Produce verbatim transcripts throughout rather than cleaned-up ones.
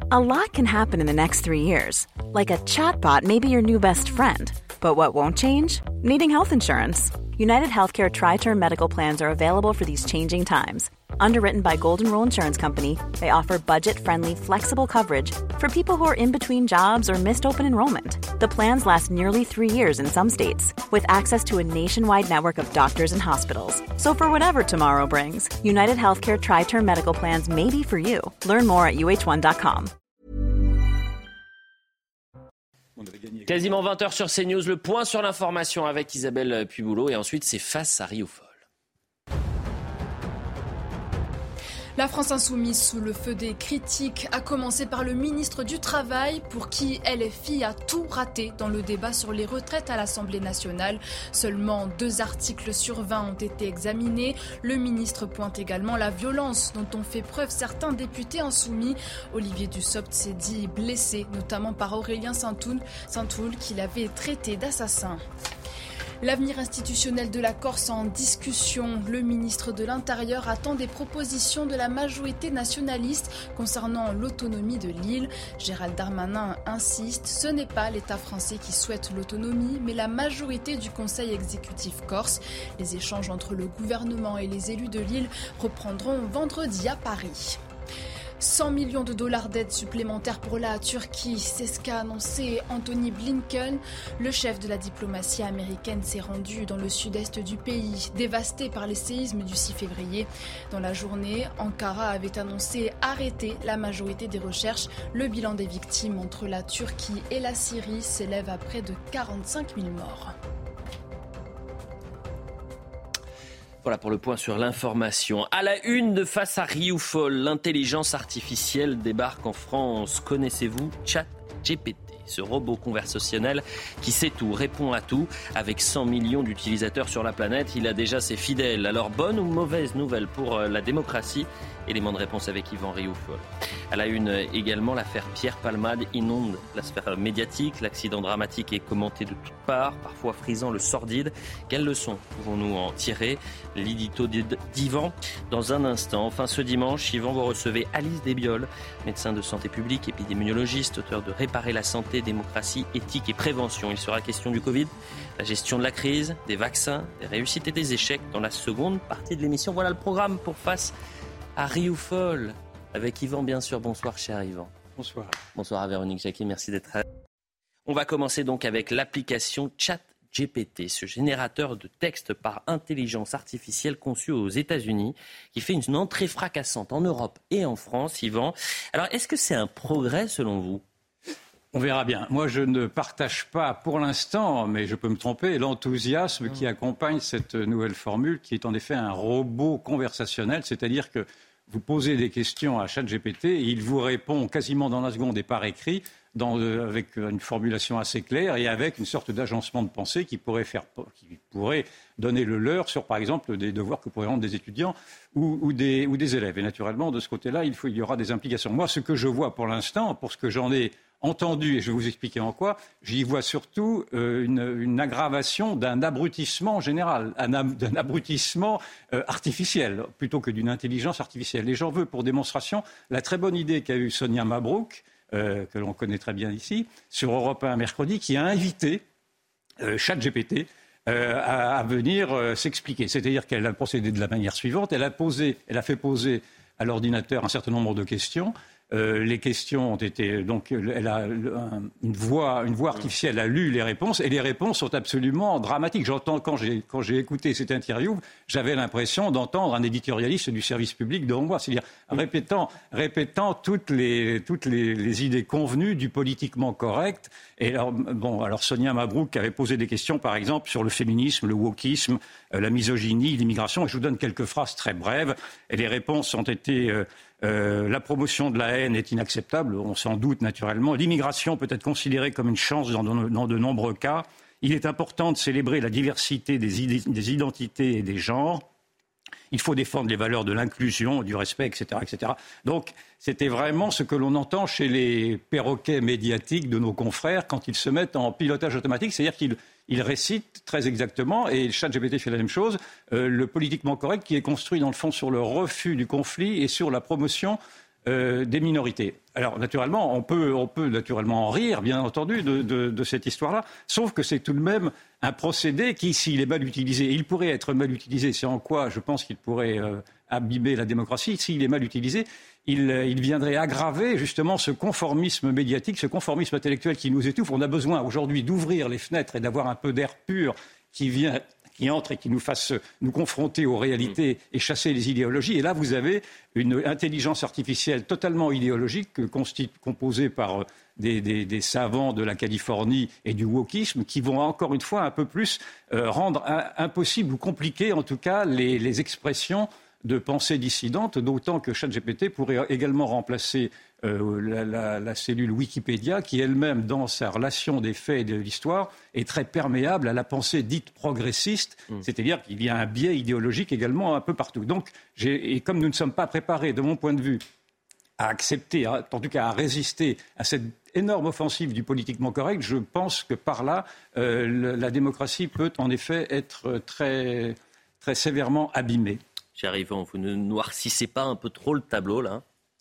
A lot can happen in the next three years. Like a chatbot may be your new best friend. But what won't change? Needing health insurance. United Healthcare Tri-Term Medical Plans are available for these changing times. Underwritten by Golden Rule Insurance Company, they offer budget-friendly, flexible coverage for people who are in between jobs or missed open enrollment. The plans last nearly three years in some states, with access to a nationwide network of doctors and hospitals. So for whatever tomorrow brings, United Healthcare Tri-Term Medical Plans may be for you. Learn more at U H one dot com. Quasiment vingt heures sur CNews, le point sur l'information avec Isabelle Puyboulot et ensuite c'est face à Rioufol. La France insoumise sous le feu des critiques, à commencer par le ministre du Travail, pour qui L F I a tout raté dans le débat sur les retraites à l'Assemblée nationale. Seulement deux articles sur vingt ont été examinés. Le ministre pointe également la violence dont ont fait preuve certains députés insoumis. Olivier Dussopt s'est dit blessé, notamment par Aurélien Saint-Houl, qui l'avait traité d'assassin. L'avenir institutionnel de la Corse en discussion. Le ministre de l'Intérieur attend des propositions de la majorité nationaliste concernant l'autonomie de l'île. Gérald Darmanin insiste, ce n'est pas l'État français qui souhaite l'autonomie, mais la majorité du Conseil exécutif corse. Les échanges entre le gouvernement et les élus de l'île reprendront vendredi à Paris. cent millions de dollars d'aide supplémentaires pour la Turquie, c'est ce qu'a annoncé Anthony Blinken. Le chef de la diplomatie américaine s'est rendu dans le sud-est du pays, dévasté par les séismes du six février. Dans la journée, Ankara avait annoncé arrêter la majorité des recherches. Le bilan des victimes entre la Turquie et la Syrie s'élève à près de quarante-cinq mille morts. Voilà pour le point sur l'information. À la une de Face à Rioufol, l'intelligence artificielle débarque en France. Connaissez-vous ChatGPT ? Ce robot conversationnel qui sait tout, répond à tout. Avec cent millions d'utilisateurs sur la planète, il a déjà ses fidèles. Alors, bonne ou mauvaise nouvelle pour la démocratie ? Élément de réponse avec Yvan Rioufol. À la une également, l'affaire Pierre Palmade inonde la sphère médiatique. L'accident dramatique est commenté de toutes parts, parfois frisant le sordide. Quelles leçons pouvons-nous en tirer ? L'édito d'Yvan dans un instant. Enfin, ce dimanche, Yvan, vous recevez Alice Desbioles, médecin de santé publique, épidémiologiste, auteur de Réparer la santé, démocratie, éthique et prévention. Il sera question du Covid, la gestion de la crise, des vaccins, des réussites et des échecs dans la seconde partie de l'émission. Voilà le programme pour Face à Rioufol, avec Yvan bien sûr. Bonsoir cher Yvan. Bonsoir. Bonsoir à Véronique Jacquet, merci d'être là. On va commencer donc avec l'application ChatGPT, ce générateur de texte par intelligence artificielle conçu aux États-Unis, qui fait une entrée fracassante en Europe et en France, Yvan. Alors est-ce que c'est un progrès selon vous ? On verra bien. Moi, je ne partage pas pour l'instant, mais je peux me tromper, l'enthousiasme qui accompagne cette nouvelle formule, qui est en effet un robot conversationnel, c'est-à-dire que vous posez des questions à ChatGPT et il vous répond quasiment dans la seconde et par écrit, dans, euh, avec une formulation assez claire et avec une sorte d'agencement de pensée qui pourrait, faire, qui pourrait donner le leur sur, par exemple, des devoirs que pourraient rendre des étudiants ou, ou, des, ou des élèves. Et naturellement, de ce côté-là, il, faut, il y aura des implications. Moi, ce que je vois pour l'instant, pour ce que j'en ai entendu, et je vais vous expliquer en quoi, j'y vois surtout euh, une, une aggravation d'un abrutissement général, un, d'un abrutissement euh, artificiel, plutôt que d'une intelligence artificielle. Et j'en veux pour démonstration la très bonne idée qu'a eue Sonia Mabrouk, euh, que l'on connaît très bien ici, sur Europe un mercredi, qui a invité euh, ChatGPT euh, à, à venir euh, s'expliquer. C'est-à-dire qu'elle a procédé de la manière suivante, elle a, posé, elle a fait poser à l'ordinateur un certain nombre de questions. Euh, les questions ont été donc elle a une voix une voix artificielle a lu les réponses et les réponses sont absolument dramatiques. J'entends quand j'ai quand j'ai écouté cette interview, j'avais l'impression d'entendre un éditorialiste du service public devant moi, c'est-à-dire répétant répétant toutes les toutes les, les idées convenues du politiquement correct. Et alors bon alors Sonia Mabrouk avait posé des questions par exemple sur le féminisme, le wokisme, euh, la misogynie, l'immigration. Et je vous donne quelques phrases très brèves. Et les réponses ont été euh, Euh, la promotion de la haine est inacceptable, on s'en doute naturellement. L'immigration peut être considérée comme une chance dans de, dans de nombreux cas. Il est important de célébrer la diversité des, idées, des identités et des genres. Il faut défendre les valeurs de l'inclusion, du respect, et cetera, et cetera. Donc, c'était vraiment ce que l'on entend chez les perroquets médiatiques de nos confrères quand ils se mettent en pilotage automatique, c'est-à-dire qu'ils ils récitent très exactement, et ChatGPT fait la même chose, euh, le politiquement correct qui est construit dans le fond sur le refus du conflit et sur la promotion euh, des minorités. Alors, naturellement, on peut, on peut naturellement en rire, bien entendu, de, de, de cette histoire-là, sauf que c'est tout de même un procédé qui, s'il est mal utilisé, il pourrait être mal utilisé, c'est en quoi je pense qu'il pourrait euh, abîmer la démocratie, s'il est mal utilisé, il, il viendrait aggraver justement ce conformisme médiatique, ce conformisme intellectuel qui nous étouffe. On a besoin aujourd'hui d'ouvrir les fenêtres et d'avoir un peu d'air pur qui vient... qui entre et qui nous fasse nous confronter aux réalités et chasser les idéologies. Et là, vous avez une intelligence artificielle totalement idéologique, composée par des, des, des savants de la Californie et du wokisme, qui vont encore une fois un peu plus euh, rendre un, impossible ou compliquer, en tout cas, les, les expressions de pensée dissidente, d'autant que ChatGPT pourrait également remplacer euh, la, la, la cellule Wikipédia, qui elle-même, dans sa relation des faits et de l'histoire, est très perméable à la pensée dite progressiste, mmh. c'est-à-dire qu'il y a un biais idéologique également un peu partout. Donc, j'ai, et comme nous ne sommes pas préparés, de mon point de vue, à accepter, en tout cas à résister à cette énorme offensive du politiquement correct, je pense que par là, euh, le, la démocratie peut en effet être très, très sévèrement abîmée. J'arrive, vous ne noircissez pas un peu trop le tableau, là ?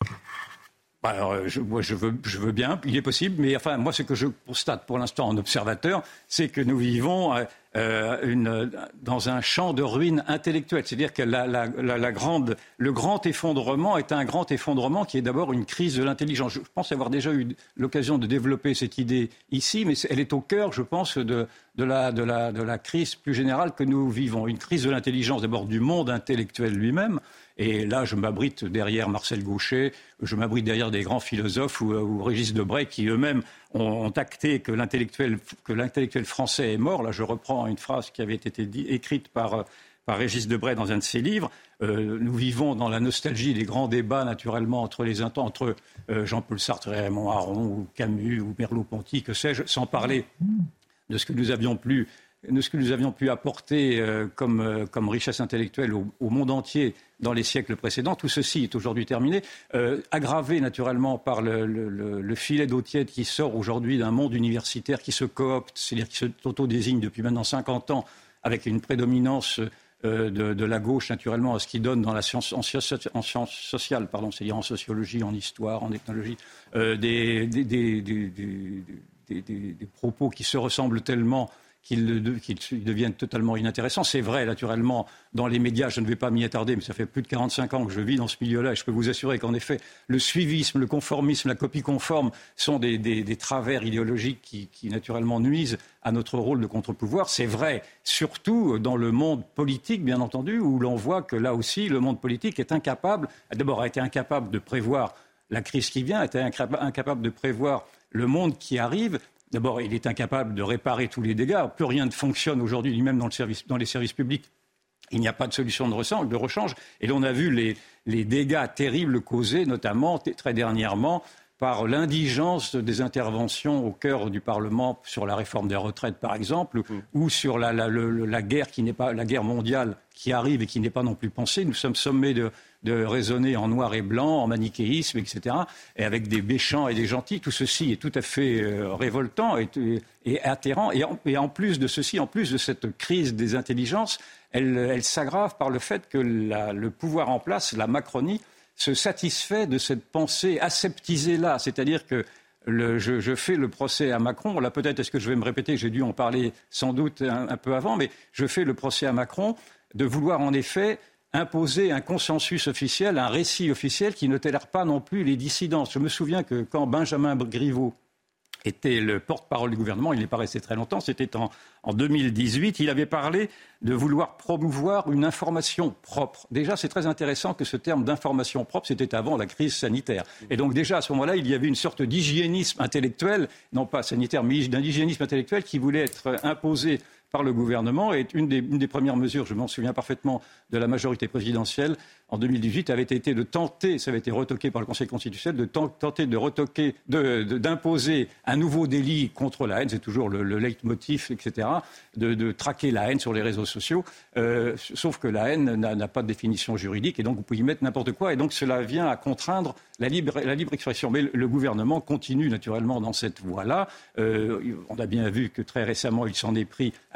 Alors, je, moi, je veux, je veux bien, il est possible, mais enfin, moi, ce que je constate pour l'instant en observateur, c'est que nous vivons euh, une, dans un champ de ruines intellectuelles. C'est-à-dire que la, la, la, la grande, le grand effondrement est un grand effondrement qui est d'abord une crise de l'intelligence. Je pense avoir déjà eu l'occasion de développer cette idée ici, mais elle est au cœur, je pense, de, de, la, de, la, de la crise plus générale que nous vivons. Une crise de l'intelligence, d'abord du monde intellectuel lui-même. Et là, je m'abrite derrière Marcel Gauchet, je m'abrite derrière des grands philosophes ou, ou Régis Debray qui eux-mêmes ont, ont acté que l'intellectuel, que l'intellectuel français est mort. Là, je reprends une phrase qui avait été dit, écrite par, par Régis Debray dans un de ses livres. Euh, nous vivons dans la nostalgie des grands débats, naturellement, entre les entre euh, Jean-Paul Sartre et Raymond Aron, ou Camus, ou Merleau-Ponty, que sais-je, sans parler de ce que nous avions pu... de ce que nous avions pu apporter euh, comme, euh, comme richesse intellectuelle au, au monde entier dans les siècles précédents. Tout ceci est aujourd'hui terminé, euh, aggravé naturellement par le, le, le filet d'eau tiède qui sort aujourd'hui d'un monde universitaire qui se coopte, c'est-à-dire qui s'auto-désigne depuis maintenant cinquante ans avec une prédominance euh, de, de la gauche naturellement à ce qui donne dans la science, en sciences en science sociales, pardon, c'est-à-dire en sociologie, en histoire, en ethnologie, euh, des, des, des, des, des, des, des, des propos qui se ressemblent tellement qu'ils, qu'ils deviennent totalement inintéressants. C'est vrai, naturellement, dans les médias, je ne vais pas m'y attarder, mais ça fait plus de quarante-cinq ans que je vis dans ce milieu-là, et je peux vous assurer qu'en effet, le suivisme, le conformisme, la copie conforme sont des, des, des travers idéologiques qui, qui, naturellement, nuisent à notre rôle de contre-pouvoir. C'est vrai, surtout dans le monde politique, bien entendu, où l'on voit que là aussi, le monde politique est incapable, d'abord a été incapable de prévoir la crise qui vient, a été incapable de prévoir le monde qui arrive. D'abord, il est incapable de réparer tous les dégâts. Plus rien ne fonctionne aujourd'hui, même dans, le service, dans les services publics. Il n'y a pas de solution de rechange. De rechange. Et l'on a vu les, les dégâts terribles causés, notamment très dernièrement, par l'indigence des interventions au cœur du Parlement sur la réforme des retraites, par exemple, mmh. ou sur la, la, la, la guerre qui n'est pas la guerre mondiale qui arrive et qui n'est pas non plus pensée. Nous sommes sommés de, de raisonner en noir et blanc, en manichéisme, et cetera, et avec des méchants et des gentils. Tout ceci est tout à fait euh, révoltant et, et atterrant. Et en, et en plus de ceci, en plus de cette crise des intelligences, elle, elle s'aggrave par le fait que la, le pouvoir en place, la Macronie, se satisfait de cette pensée aseptisée-là. C'est-à-dire que le, je, je fais le procès à Macron. Là, peut-être, est-ce que je vais me répéter, j'ai dû en parler sans doute un, un peu avant, mais je fais le procès à Macron de vouloir en effet imposer un consensus officiel, un récit officiel qui ne tolère pas non plus les dissidences. Je me souviens que quand Benjamin Griveaux était le porte-parole du gouvernement, il n'est pas resté très longtemps, c'était en, en deux mille dix-huit, il avait parlé de vouloir promouvoir une information propre. Déjà, c'est très intéressant que ce terme d'information propre, c'était avant la crise sanitaire. Et donc déjà, à ce moment-là, il y avait une sorte d'hygiénisme intellectuel, non pas sanitaire, mais d'un hygiénisme intellectuel qui voulait être imposé par le gouvernement. Et une des, une des premières mesures, je m'en souviens parfaitement, de la majorité présidentielle en deux mille dix-huit avait été de tenter, ça avait été retoqué par le Conseil constitutionnel, de tenter de retoquer, de, de, d'imposer un nouveau délit contre la haine, c'est toujours le, le leitmotiv, et cetera, de, de traquer la haine sur les réseaux sociaux, euh, sauf que la haine n'a, n'a pas de définition juridique et donc vous pouvez y mettre n'importe quoi et donc cela vient à contraindre la libre, la libre expression. Mais le, le gouvernement continue naturellement dans cette voie-là. Euh, on a bien vu que très récemment il s'en est pris à la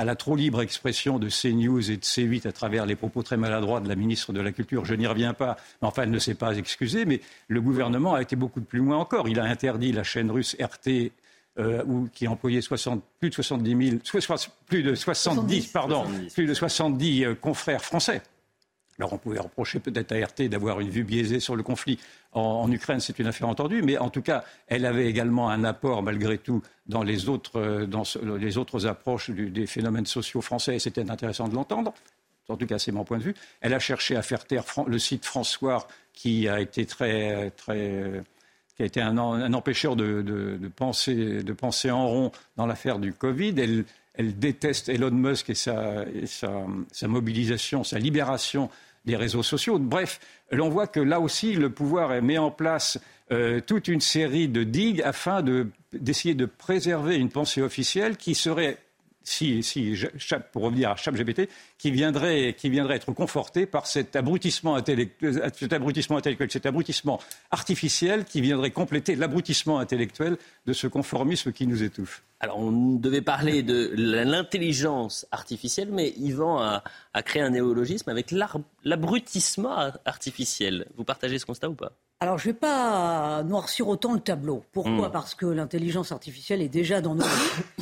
la trop libre expression de CNews et de C huit à travers les propos très maladroits de la ministre de la Culture. Je n'y reviens pas, mais enfin, elle ne s'est pas excusée. Mais le gouvernement a été beaucoup plus loin encore. Il a interdit la chaîne russe R T, euh, où, qui employait soixante, plus de soixante-dix mille, plus de soixante-dix, pardon, soixante-dix. plus de soixante-dix euh, confrères français. Alors on pouvait reprocher peut-être à R T d'avoir une vue biaisée sur le conflit en, en Ukraine, c'est une affaire entendue, mais en tout cas, elle avait également un apport malgré tout dans les autres, dans les autres approches du, des phénomènes sociaux français, et c'était intéressant de l'entendre. En tout cas, c'est mon point de vue. Elle a cherché à faire taire le site François, qui a été très, très, qui a été un, un empêcheur de, de, de, penser, de penser en rond dans l'affaire du Covid. Elle, elle déteste Elon Musk et sa, et sa, sa mobilisation, sa libération des réseaux sociaux. Bref, l'on voit que là aussi, le pouvoir met en place euh, toute une série de digues afin de, d'essayer de préserver une pensée officielle qui serait, si, si, pour revenir à ChatGPT, qui viendrait, qui viendrait être confortée par cet abrutissement intellectuel, cet abrutissement intellectuel, cet abrutissement artificiel qui viendrait compléter l'abrutissement intellectuel de ce conformisme qui nous étouffe. Alors, on devait parler de l'intelligence artificielle, mais Yvan a, a créé un néologisme avec l'abrutissement artificiel. Vous partagez ce constat ou pas ? Alors, je ne vais pas noircir autant le tableau. Pourquoi ? Mmh. Parce que l'intelligence artificielle est déjà dans nos vies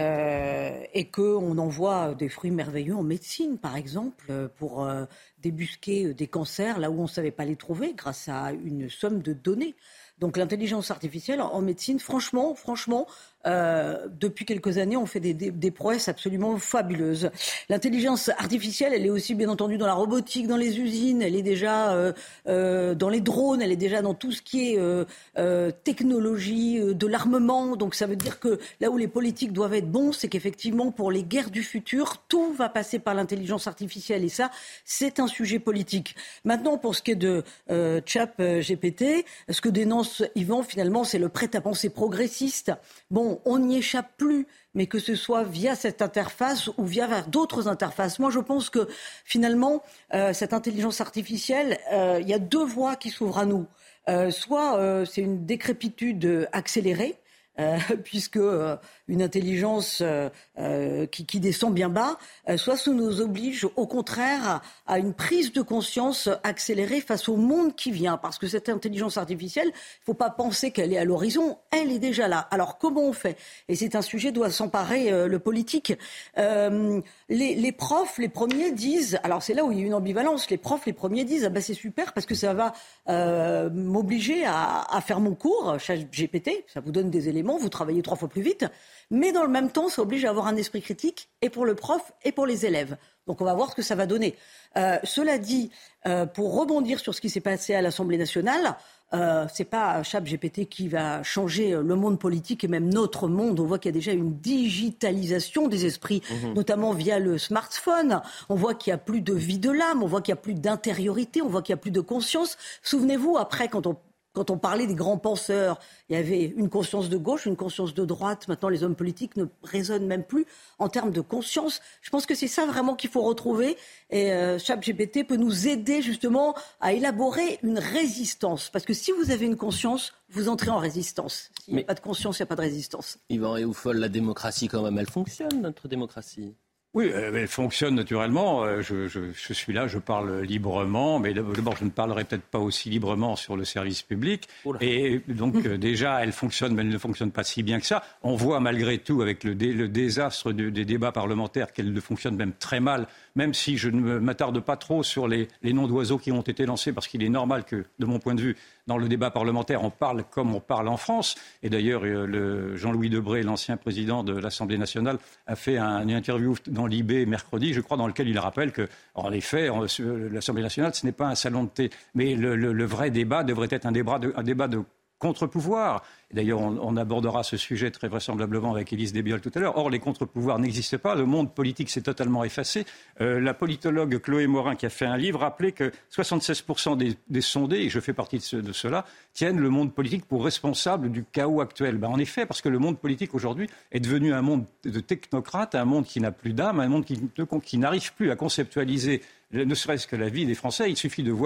euh, et qu'on en voit des fruits merveilleux en médecine, par exemple, pour euh, débusquer des cancers là où on ne savait pas les trouver grâce à une somme de données. Donc l'intelligence artificielle en médecine, franchement, franchement, euh, depuis quelques années, on fait des, des, des prouesses absolument fabuleuses. L'intelligence artificielle, elle est aussi bien entendu dans la robotique, dans les usines, elle est déjà euh, euh, dans les drones, elle est déjà dans tout ce qui est euh, euh, technologie, euh, de l'armement. Donc ça veut dire que là où les politiques doivent être bons, c'est qu'effectivement pour les guerres du futur, tout va passer par l'intelligence artificielle et ça, c'est un sujet politique. Maintenant, pour ce qui est de euh, ChatGPT, ce que dénonce Yvan, finalement, c'est le prêt-à-penser progressiste. Bon, on n'y échappe plus, mais que ce soit via cette interface ou via vers d'autres interfaces. Moi, je pense que, finalement, euh, cette intelligence artificielle, euh, il y a deux voies qui s'ouvrent à nous. Euh, soit euh, c'est une décrépitude accélérée, Euh, puisque euh, une intelligence euh, euh, qui, qui descend bien bas, euh, soit ça nous oblige au contraire à, à une prise de conscience accélérée face au monde qui vient. Parce que cette intelligence artificielle, il ne faut pas penser qu'elle est à l'horizon, elle est déjà là. Alors comment on fait ? Et c'est un sujet dont doit s'emparer euh, le politique. Euh, les, les profs, les premiers disent, alors c'est là où il y a une ambivalence, les profs, les premiers disent, ah ben c'est super parce que ça va euh, m'obliger à, à faire mon cours, ChatGPT, ça vous donne des éléments, vous travaillez trois fois plus vite, mais dans le même temps, ça oblige à avoir un esprit critique, et pour le prof, et pour les élèves. Donc on va voir ce que ça va donner. Euh, cela dit, euh, pour rebondir sur ce qui s'est passé à l'Assemblée nationale, euh, c'est pas ChatGPT qui va changer le monde politique et même notre monde. On voit qu'il y a déjà une digitalisation des esprits, mmh. notamment via le smartphone. On voit qu'il n'y a plus de vie de l'âme, on voit qu'il n'y a plus d'intériorité, on voit qu'il n'y a plus de conscience. Souvenez-vous, après, quand on Quand on parlait des grands penseurs, il y avait une conscience de gauche, une conscience de droite. Maintenant, les hommes politiques ne raisonnent même plus en termes de conscience. Je pense que c'est ça vraiment qu'il faut retrouver. Et euh, ChatGPT peut nous aider justement à élaborer une résistance. Parce que si vous avez une conscience, vous entrez en résistance. S'il n'y a pas de conscience, il n'y a pas de résistance. Yvan Rioufol, la démocratie quand même, elle fonctionne, notre démocratie ? Oui, elle fonctionne naturellement. Je, je, je suis là, je parle librement, mais d'abord, je ne parlerai peut-être pas aussi librement sur le service public. Oula. Et donc, mmh. déjà, elle fonctionne, mais elle ne fonctionne pas si bien que ça. On voit malgré tout, avec le, dé, le désastre de, des débats parlementaires, qu'elle ne fonctionne même très mal, même si je ne m'attarde pas trop sur les, les noms d'oiseaux qui ont été lancés, parce qu'il est normal que, de mon point de vue, dans le débat parlementaire, on parle comme on parle en France. Et d'ailleurs, le Jean-Louis Debré, l'ancien président de l'Assemblée nationale, a fait un, une interview dans l'I B mercredi, je crois, dans lequel il rappelle que, en effet, l'Assemblée nationale, ce n'est pas un salon de thé. Mais le, le, le vrai débat devrait être un débat de, un débat de contre-pouvoirs. D'ailleurs, on, on abordera ce sujet très vraisemblablement avec Élise Desbioles tout à l'heure. Or, les contre-pouvoirs n'existent pas. Le monde politique s'est totalement effacé. Euh, la politologue Chloé Morin, qui a fait un livre, rappelait que soixante-seize pour cent des, des sondés, et je fais partie de, ce, de ceux-là, tiennent le monde politique pour responsable du chaos actuel. Ben, en effet, parce que le monde politique aujourd'hui est devenu un monde de technocrates, un monde qui n'a plus d'âme, un monde qui, qui n'arrive plus à conceptualiser ne serait-ce que la vie des Français. Il suffit de voir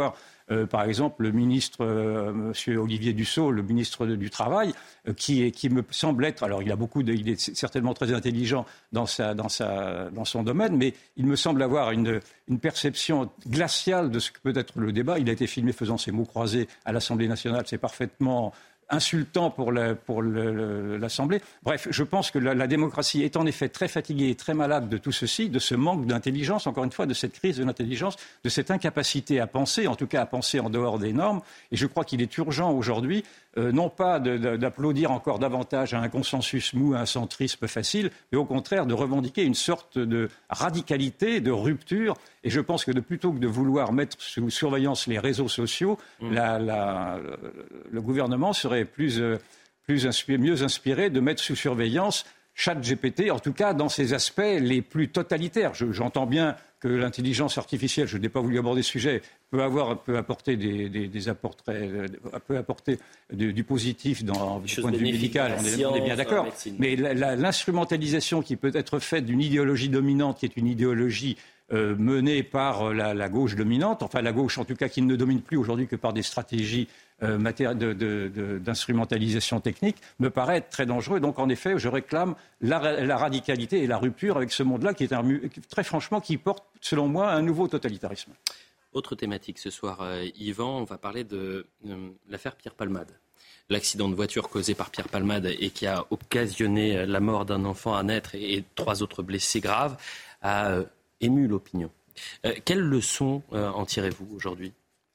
euh, par exemple, le ministre, euh, M. Olivier Dussopt, le ministre du Travail, euh, qui, est, qui me semble être, alors il a beaucoup de, il est certainement très intelligent dans, sa, dans, sa, dans son domaine, mais il me semble avoir une, une perception glaciale de ce que peut être le débat. Il a été filmé faisant ses mots croisés à l'Assemblée nationale, c'est parfaitement insultant pour, la, pour le, le, l'Assemblée. Bref, je pense que la, la démocratie est en effet très fatiguée et très malade de tout ceci, de ce manque d'intelligence, encore une fois, de cette crise de l'intelligence, de cette incapacité à penser, en tout cas à penser en dehors des normes. Et je crois qu'il est urgent aujourd'hui, euh, non pas de, de, d'applaudir encore davantage à un consensus mou, à un centrisme facile, mais au contraire de revendiquer une sorte de radicalité, de rupture. Et je pense que de, plutôt que de vouloir mettre sous surveillance les réseaux sociaux, mmh. la, la, le gouvernement serait plus, euh, plus inspiré, mieux inspiré de mettre sous surveillance ChatGPT, en tout cas dans ses aspects les plus totalitaires. Je, j'entends bien que l'intelligence artificielle, je n'ai pas voulu aborder ce sujet, peut, avoir, peut apporter, des, des, des apports très, peut apporter du, du positif dans, du point de vue médical, on est, on est bien d'accord. Mais la, la, l'instrumentalisation qui peut être faite d'une idéologie dominante, qui est une idéologie Euh, menée par la, la gauche dominante, enfin la gauche en tout cas qui ne domine plus aujourd'hui que par des stratégies euh, matéri- de, de, de, d'instrumentalisation technique, me paraît être très dangereux. Donc en effet, je réclame la, la radicalité et la rupture avec ce monde-là qui est un, très franchement qui porte, selon moi, un nouveau totalitarisme. Autre thématique ce soir, euh, Yvan, on va parler de euh, l'affaire Pierre Palmade. L'accident de voiture causé par Pierre Palmade et qui a occasionné la mort d'un enfant à naître et, et trois autres blessés graves a euh, ému l'opinion. Euh, quelles leçons euh, en tirez-vous aujourd'hui ?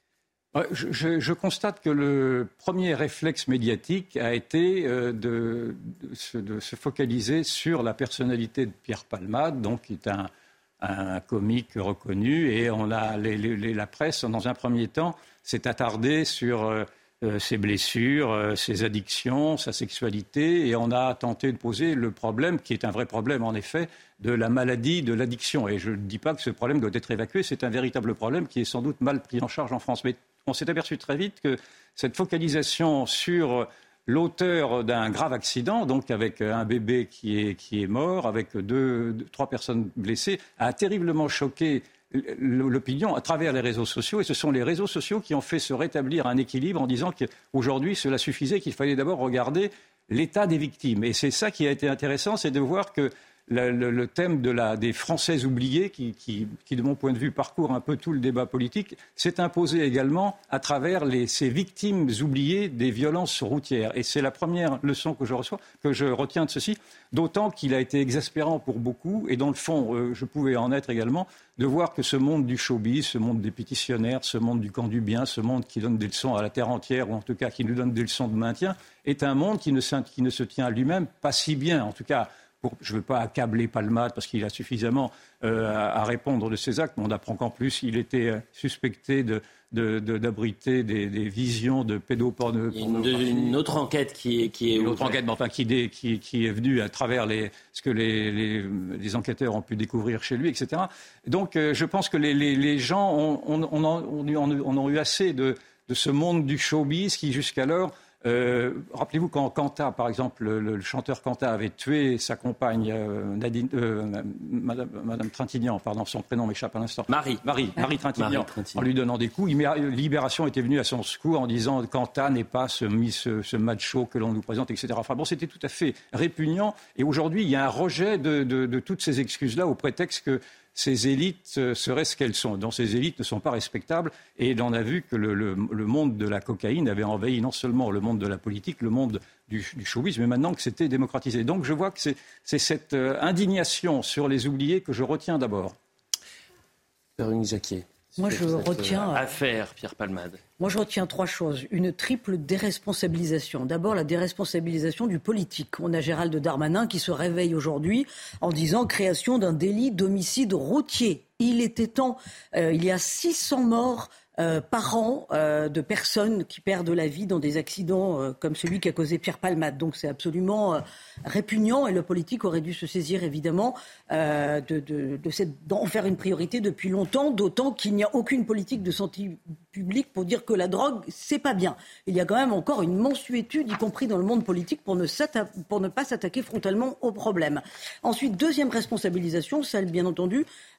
je, je, je constate que le premier réflexe médiatique a été euh, de, de, se, de se focaliser sur la personnalité de Pierre Palmade, donc qui est un, un comique reconnu, et on a, les, les, la presse, dans un premier temps, s'est attardée sur euh, euh, ses blessures, euh, ses addictions, sa sexualité, et on a tenté de poser le problème, qui est un vrai problème en effet, de la maladie de l'addiction. Et je ne dis pas que ce problème doit être évacué, c'est un véritable problème qui est sans doute mal pris en charge en France. Mais on s'est aperçu très vite que cette focalisation sur l'auteur d'un grave accident, donc avec un bébé qui est, qui est mort, avec deux, deux, trois personnes blessées, a terriblement choqué l'opinion à travers les réseaux sociaux. Et ce sont les réseaux sociaux qui ont fait se rétablir un équilibre en disant qu'aujourd'hui, cela suffisait, qu'il fallait d'abord regarder l'état des victimes. Et c'est ça qui a été intéressant, c'est de voir que Le, le, le thème de la, des Français oubliés, qui, qui, qui, de mon point de vue, parcourt un peu tout le débat politique, s'est imposé également à travers les, ces victimes oubliées des violences routières. Et c'est la première leçon que je, reçois, que je retiens de ceci, d'autant qu'il a été exaspérant pour beaucoup, et dans le fond, euh, je pouvais en être également, de voir que ce monde du showbiz, ce monde des pétitionnaires, ce monde du camp du bien, ce monde qui donne des leçons à la terre entière, ou en tout cas qui nous donne des leçons de maintien, est un monde qui ne, qui ne se tient à lui-même pas si bien, en tout cas. Je ne veux pas accabler Palmade parce qu'il a suffisamment euh, à, à répondre de ses actes, mais on apprend qu'en plus il était euh, suspecté de, de, de, d'abriter des, des visions de pédopornographie. Une, une autre enquête qui est, qui est une autre enquête, mais enfin qui, qui, qui est venue à travers les, ce que les, les, les enquêteurs ont pu découvrir chez lui, et cetera. Donc euh, je pense que les, les, les gens ont, on, on, on, on, on ont eu assez de, de ce monde du showbiz qui jusqu'alors. Euh, rappelez-vous quand Kanta, par exemple, le, le chanteur Kanta avait tué sa compagne euh, Nadine, euh, Madame, Madame Trintignant, pardon, son prénom m'échappe à l'instant. Marie. Marie, Marie Trintignant, Marie Trintignant. En lui donnant des coups. Libération était venue à son secours en disant Kanta n'est pas ce, ce, ce macho que l'on nous présente, et cetera. Enfin bon, c'était tout à fait répugnant. Et aujourd'hui, il y a un rejet de, de, de toutes ces excuses-là au prétexte que ces élites seraient ce qu'elles sont. Donc ces élites ne sont pas respectables. Et on a vu que le, le, le monde de la cocaïne avait envahi non seulement le monde de la politique, le monde du, du showbiz, mais maintenant que c'était démocratisé. Donc je vois que c'est, c'est cette euh, indignation sur les oubliés que je retiens d'abord. Véronique Jacquier. Moi, je retiens. Euh, affaire Pierre Palmade. Moi, je retiens trois choses. Une triple déresponsabilisation. D'abord, la déresponsabilisation du politique. On a Gérald Darmanin qui se réveille aujourd'hui en disant création d'un délit d'homicide routier. Il était temps. Euh, il y a six cents morts euh, par an euh, de personnes qui perdent la vie dans des accidents euh, comme celui qu'a causé Pierre Palmade. Donc c'est absolument euh, répugnant et le politique aurait dû se saisir évidemment euh, de, de, de cette, d'en faire une priorité depuis longtemps, d'autant qu'il n'y a aucune politique de santé publique pour dire que la drogue, c'est pas bien. Il y a quand même encore une mansuétude, y compris dans le monde politique, pour ne, pour ne pas s'attaquer frontalement au problème. Ensuite, deuxième responsabilisation, celle bien entendu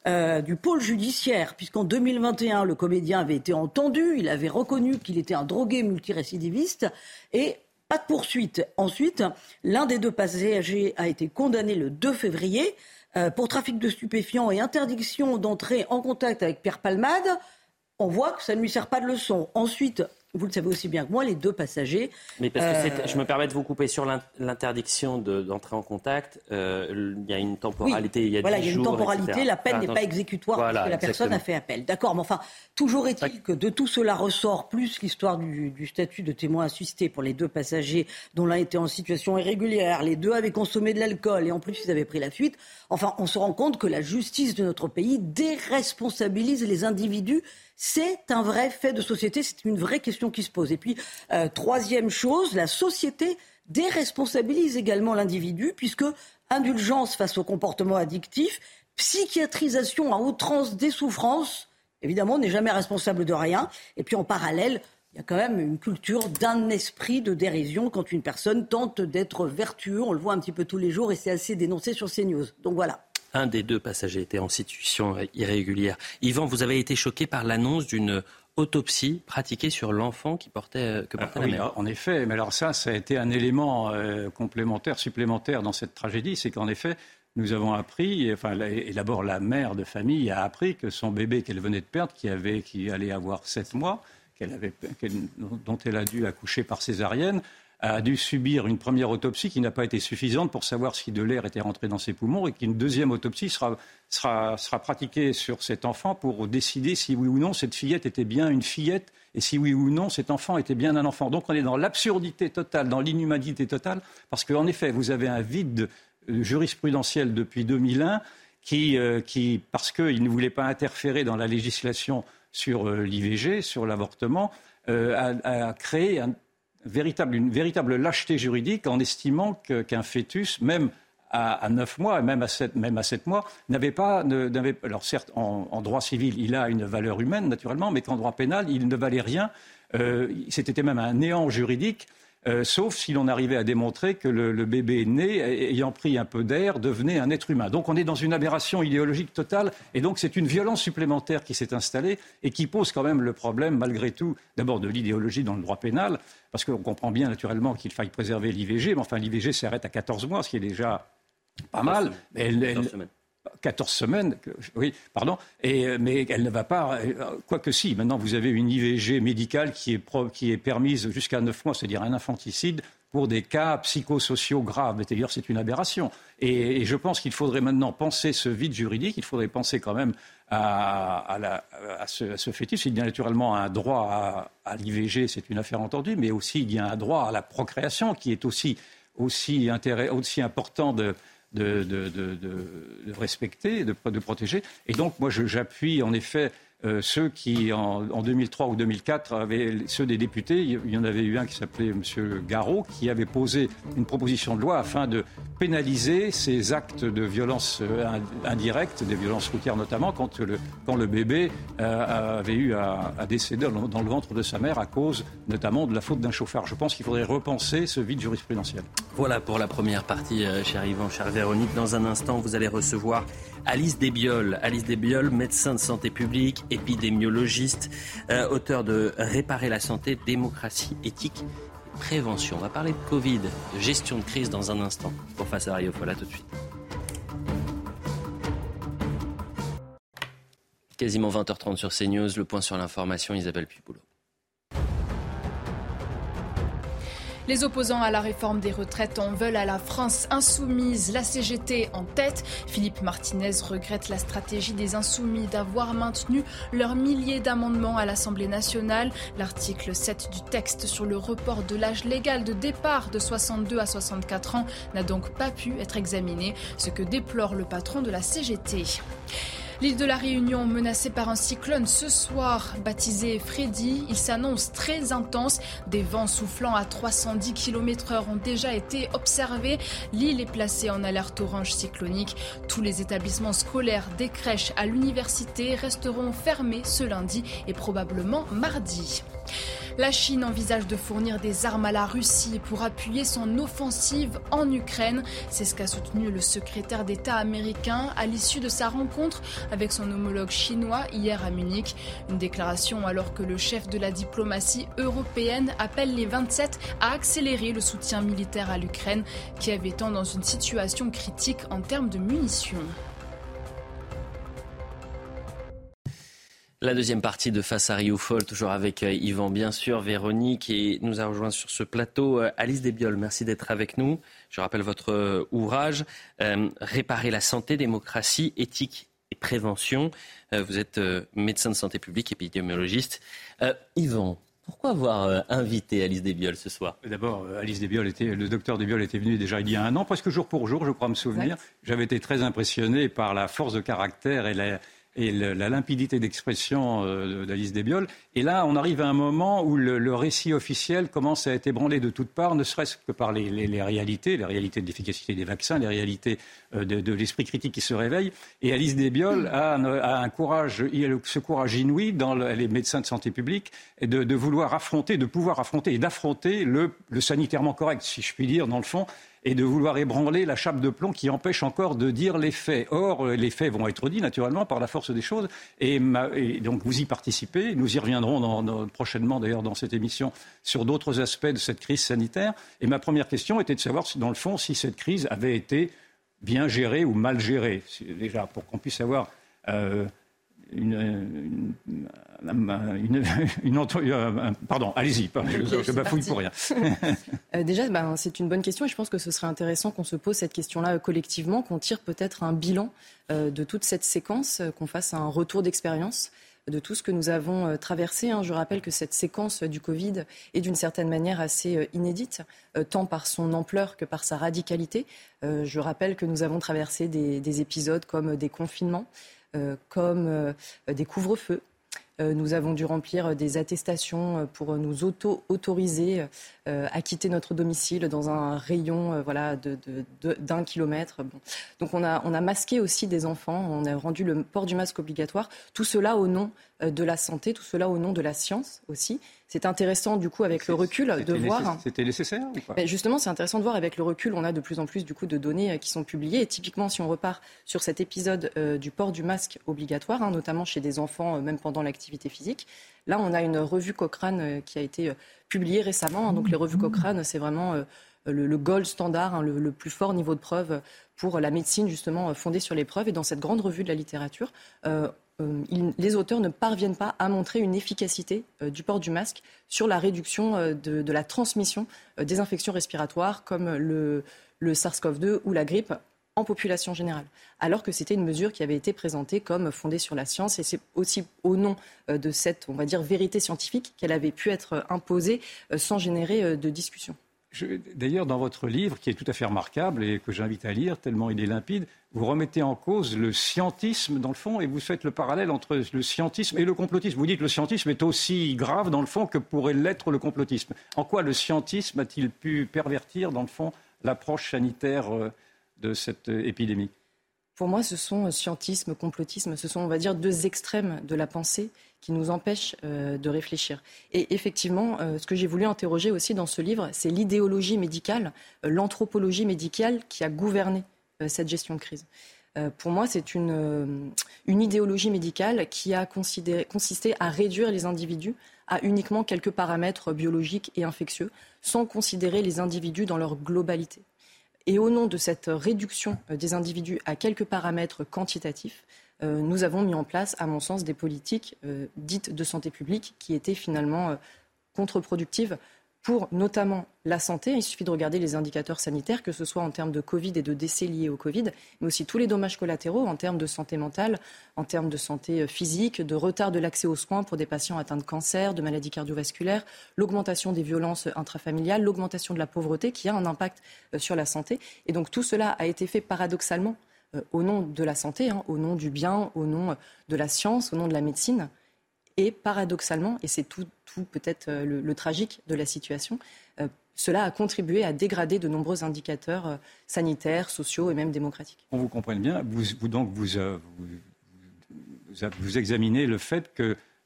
euh, du pôle judiciaire, puisqu'en deux mille vingt et un, le comédien avait été entendu, il avait reconnu qu'il était un drogué multirécidiviste et pas de poursuite. Ensuite, l'un des deux passagers a été condamné le deux février euh, pour trafic de stupéfiants et interdiction d'entrer en contact avec Pierre Palmade. On voit que ça ne lui sert pas de leçon. Ensuite, vous le savez aussi bien que moi, les deux passagers... Mais parce que euh... c'est, je me permets de vous couper sur l'interdiction de, d'entrer en contact. Euh, il y a une temporalité, oui, il y a voilà, dix il y a une jours, temporalité, et cetera. la peine Ah, n'est non, pas exécutoire voilà, parce que la personne exactement. a fait appel. D'accord, mais enfin, toujours est-il que de tout cela ressort plus l'histoire du, du statut de témoin assisté pour les deux passagers dont l'un était en situation irrégulière, les deux avaient consommé de l'alcool et en plus ils avaient pris la fuite. Enfin, on se rend compte que la justice de notre pays déresponsabilise les individus. C'est un vrai fait de société, c'est une vraie question qui se pose. Et puis, euh, troisième chose, la société déresponsabilise également l'individu, puisque indulgence face au comportement addictif, psychiatrisation à outrance des souffrances, évidemment, on n'est jamais responsable de rien. Et puis, en parallèle, il y a quand même une culture d'un esprit de dérision quand une personne tente d'être vertueux. On le voit un petit peu tous les jours et c'est assez dénoncé sur CNews. Donc voilà. Un des deux passagers était en situation irrégulière. Yvan, vous avez été choqué par l'annonce d'une autopsie pratiquée sur l'enfant qui portait, que portait ah, la oui, mère. En effet, mais alors ça, ça a été un élément euh, complémentaire, supplémentaire dans cette tragédie, c'est qu'en effet, nous avons appris, et, enfin, et d'abord la mère de famille a appris que son bébé qu'elle venait de perdre, qui, avait, qui allait avoir sept mois, qu'elle avait, qu'elle, dont elle a dû accoucher par césarienne, a dû subir une première autopsie qui n'a pas été suffisante pour savoir si de l'air était rentré dans ses poumons et qu'une deuxième autopsie sera, sera, sera pratiquée sur cet enfant pour décider si oui ou non cette fillette était bien une fillette et si oui ou non cet enfant était bien un enfant. Donc on est dans l'absurdité totale, dans l'inhumanité totale, parce qu'en effet, vous avez un vide jurisprudentiel depuis deux mille un qui, euh, qui parce qu'il ne voulait pas interférer dans la législation sur euh, l'I V G, sur l'avortement, euh, a, a créé un Véritable, une véritable lâcheté juridique en estimant que, qu'un fœtus, même à, à neuf mois, même à sept, même à sept mois, n'avait pas... Ne, n'avait, alors certes, en, en droit civil, il a une valeur humaine, naturellement, mais qu'en droit pénal, il ne valait rien. Euh, c'était même un néant juridique, euh, sauf si l'on arrivait à démontrer que le, le bébé né, ayant pris un peu d'air, devenait un être humain. Donc on est dans une aberration idéologique totale, et donc c'est une violence supplémentaire qui s'est installée et qui pose quand même le problème, malgré tout, d'abord de l'idéologie dans le droit pénal, parce qu'on comprend bien naturellement qu'il faille préserver l'I V G, mais enfin l'I V G s'arrête à quatorze mois, ce qui est déjà pas mal. Mais elle, elle, quatorze semaines. quatorze semaines, oui, pardon, et, mais elle ne va pas, quoique si, maintenant vous avez une I V G médicale qui est, pro, qui est permise jusqu'à neuf mois, c'est-à-dire un infanticide, pour des cas psychosociaux graves. C'est-à-dire c'est une aberration. Et, et je pense qu'il faudrait maintenant penser ce vide juridique, il faudrait penser quand même à, à, la, à, ce, à ce fœtus. Il y a naturellement un droit à, à l'I V G, c'est une affaire entendue, mais aussi il y a un droit à la procréation qui est aussi, aussi, intérêt, aussi important de... De, de, de, de, de respecter, de, de protéger. Et donc, moi, je, j'appuie en effet euh, ceux qui, en, en deux mille trois ou deux mille quatre, avaient, ceux des députés, il y en avait eu un qui s'appelait M. Garot, qui avait posé une proposition de loi afin de pénaliser ces actes de violence euh, indirecte, des violences routières notamment, quand le, quand le bébé euh, avait eu à, à décéder dans, dans le ventre de sa mère à cause notamment de la faute d'un chauffard. Je pense qu'il faudrait repenser ce vide jurisprudentiel. Voilà pour la première partie, euh, cher Yvan, chère Véronique. Dans un instant, vous allez recevoir Alice Desbioles. Alice Desbioles, médecin de santé publique, épidémiologiste, euh, auteur de Réparer la santé, démocratie, éthique et prévention. On va parler de Covid, de gestion de crise dans un instant. Pour Face à Rio, voilà tout de suite. Quasiment vingt heures trente sur CNews, le point sur l'information, Isabelle Piboulot. Les opposants à la réforme des retraites en veulent à la France insoumise, la C G T en tête. Philippe Martinez regrette la stratégie des insoumis d'avoir maintenu leurs milliers d'amendements à l'Assemblée nationale. L'article sept du texte sur le report de l'âge légal de départ de soixante-deux à soixante-quatre ans n'a donc pas pu être examiné, ce que déplore le patron de la C G T. L'île de la Réunion menacée par un cyclone ce soir, baptisé Freddy. Il s'annonce très intense. Des vents soufflant à trois cent dix kilomètres heure ont déjà été observés. L'île est placée en alerte orange cyclonique. Tous les établissements scolaires, des crèches à l'université resteront fermés ce lundi et probablement mardi. La Chine envisage de fournir des armes à la Russie pour appuyer son offensive en Ukraine. C'est ce qu'a soutenu le secrétaire d'État américain à l'issue de sa rencontre avec son homologue chinois hier à Munich. Une déclaration alors que le chef de la diplomatie européenne appelle les vingt-sept à accélérer le soutien militaire à l'Ukraine, Kiev étant dans une situation critique en termes de munitions. La deuxième partie de Face à Rioufol, toujours avec Yvan, bien sûr, Véronique, et nous a rejoint sur ce plateau Alice Desbioles. Merci d'être avec nous. Je rappelle votre ouvrage, euh, Réparer la santé, démocratie, éthique et prévention. Euh, vous êtes euh, médecin de santé publique, épidémiologiste. Euh, Yvan, pourquoi avoir euh, invité Alice Desbioles ce soir ? D'abord, Alice Desbioles était, le docteur Desbioles était venu déjà il y a un an, presque jour pour jour, je crois me souvenir. Exact. J'avais été très impressionné par la force de caractère et la... et le, la limpidité d'expression euh, d'Alice Desbioles. Et là, on arrive à un moment où le, le récit officiel commence à être ébranlé de toutes parts, ne serait-ce que par les, les, les réalités, les réalités de l'efficacité des vaccins, les réalités euh, de, de l'esprit critique qui se réveille. Et Alice Desbioles a, a un courage, il a ce courage inouï, dans le, elle est médecin de santé publique, et de, de vouloir affronter, de pouvoir affronter et d'affronter le, le sanitairement correct, si je puis dire, dans le fond, et de vouloir ébranler la chape de plomb qui empêche encore de dire les faits. Or, les faits vont être dits, naturellement, par la force des choses. Et, ma, et donc, vous y participez. Nous y reviendrons dans, dans, prochainement, d'ailleurs, dans cette émission, sur d'autres aspects de cette crise sanitaire. Et ma première question était de savoir, dans le fond, si cette crise avait été bien gérée ou mal gérée. Déjà, pour qu'on puisse avoir... Euh, Une, une, une, une, une, pardon, allez-y, je, okay, je bafouille pour rien. euh, déjà, ben, c'est une bonne question et je pense que ce serait intéressant qu'on se pose cette question-là collectivement, qu'on tire peut-être un bilan euh, de toute cette séquence, euh, qu'on fasse un retour d'expérience de tout ce que nous avons euh, traversé. Hein. Je rappelle que cette séquence du Covid est d'une certaine manière assez euh, inédite, euh, tant par son ampleur que par sa radicalité. Euh, je rappelle que nous avons traversé des, des épisodes comme des confinements, Euh, comme euh, des couvre-feux. Euh, nous avons dû remplir des attestations pour nous auto-autoriser euh, à quitter notre domicile dans un rayon euh, voilà, de, de, de, d'un kilomètre. Bon. Donc on a, on a masqué aussi des enfants, on a rendu le port du masque obligatoire. Tout cela au nom euh, de la santé, tout cela au nom de la science aussi. C'est intéressant du coup avec c'est, le recul de voir... Nécess... C'était nécessaire ou pas ? Mais justement, c'est intéressant de voir avec le recul, on a de plus en plus du coup de données qui sont publiées. Et typiquement, si on repart sur cet épisode euh, du port du masque obligatoire, hein, notamment chez des enfants, euh, même pendant l'activité physique, là on a une revue Cochrane euh, qui a été euh, publiée récemment. Hein, donc les revues Cochrane, c'est vraiment euh, le, le gold standard, hein, le, le plus fort niveau de preuve pour la médecine justement fondée sur les preuves. Et dans cette grande revue de la littérature, euh, Euh, ils, les auteurs ne parviennent pas à montrer une efficacité euh, du port du masque sur la réduction euh, de, de la transmission euh, des infections respiratoires comme le, le SARS-CoV deux ou la grippe en population générale. Alors que c'était une mesure qui avait été présentée comme fondée sur la science et c'est aussi au nom euh, de cette, on va dire, vérité scientifique qu'elle avait pu être imposée euh, sans générer euh, de discussion. Je, d'ailleurs, dans votre livre, qui est tout à fait remarquable et que j'invite à lire, tellement il est limpide, vous remettez en cause le scientisme, dans le fond, et vous faites le parallèle entre le scientisme et le complotisme. Vous dites que le scientisme est aussi grave, dans le fond, que pourrait l'être le complotisme. En quoi le scientisme a-t-il pu pervertir, dans le fond, l'approche sanitaire de cette épidémie ? Pour moi, ce sont scientisme, complotisme, ce sont, on va dire, deux extrêmes de la pensée qui nous empêchent euh, de réfléchir. Et effectivement, euh, ce que j'ai voulu interroger aussi dans ce livre, c'est l'idéologie médicale, euh, l'anthropologie médicale qui a gouverné euh, cette gestion de crise. Euh, pour moi, c'est une, euh, une idéologie médicale qui a considéré, consisté à réduire les individus à uniquement quelques paramètres biologiques et infectieux, sans considérer les individus dans leur globalité. Et au nom de cette réduction des individus à quelques paramètres quantitatifs, euh, nous avons mis en place, à mon sens, des politiques euh, dites de santé publique qui étaient finalement euh, contre-productives pour notamment la santé. Il suffit de regarder les indicateurs sanitaires, que ce soit en termes de Covid et de décès liés au Covid, mais aussi tous les dommages collatéraux en termes de santé mentale, en termes de santé physique, de retard de l'accès aux soins pour des patients atteints de cancer, de maladies cardiovasculaires, l'augmentation des violences intrafamiliales, l'augmentation de la pauvreté qui a un impact sur la santé. Et donc tout cela a été fait paradoxalement euh, au nom de la santé, hein, au nom du bien, au nom de la science, au nom de la médecine. Et paradoxalement, et c'est tout, tout peut-être euh, le, le tragique de la situation, euh, cela a contribué à dégrader de nombreux indicateurs euh, sanitaires, sociaux et même démocratiques. On vous comprenne bien, vous, vous donc vous, euh, vous, vous, vous examinez le fait que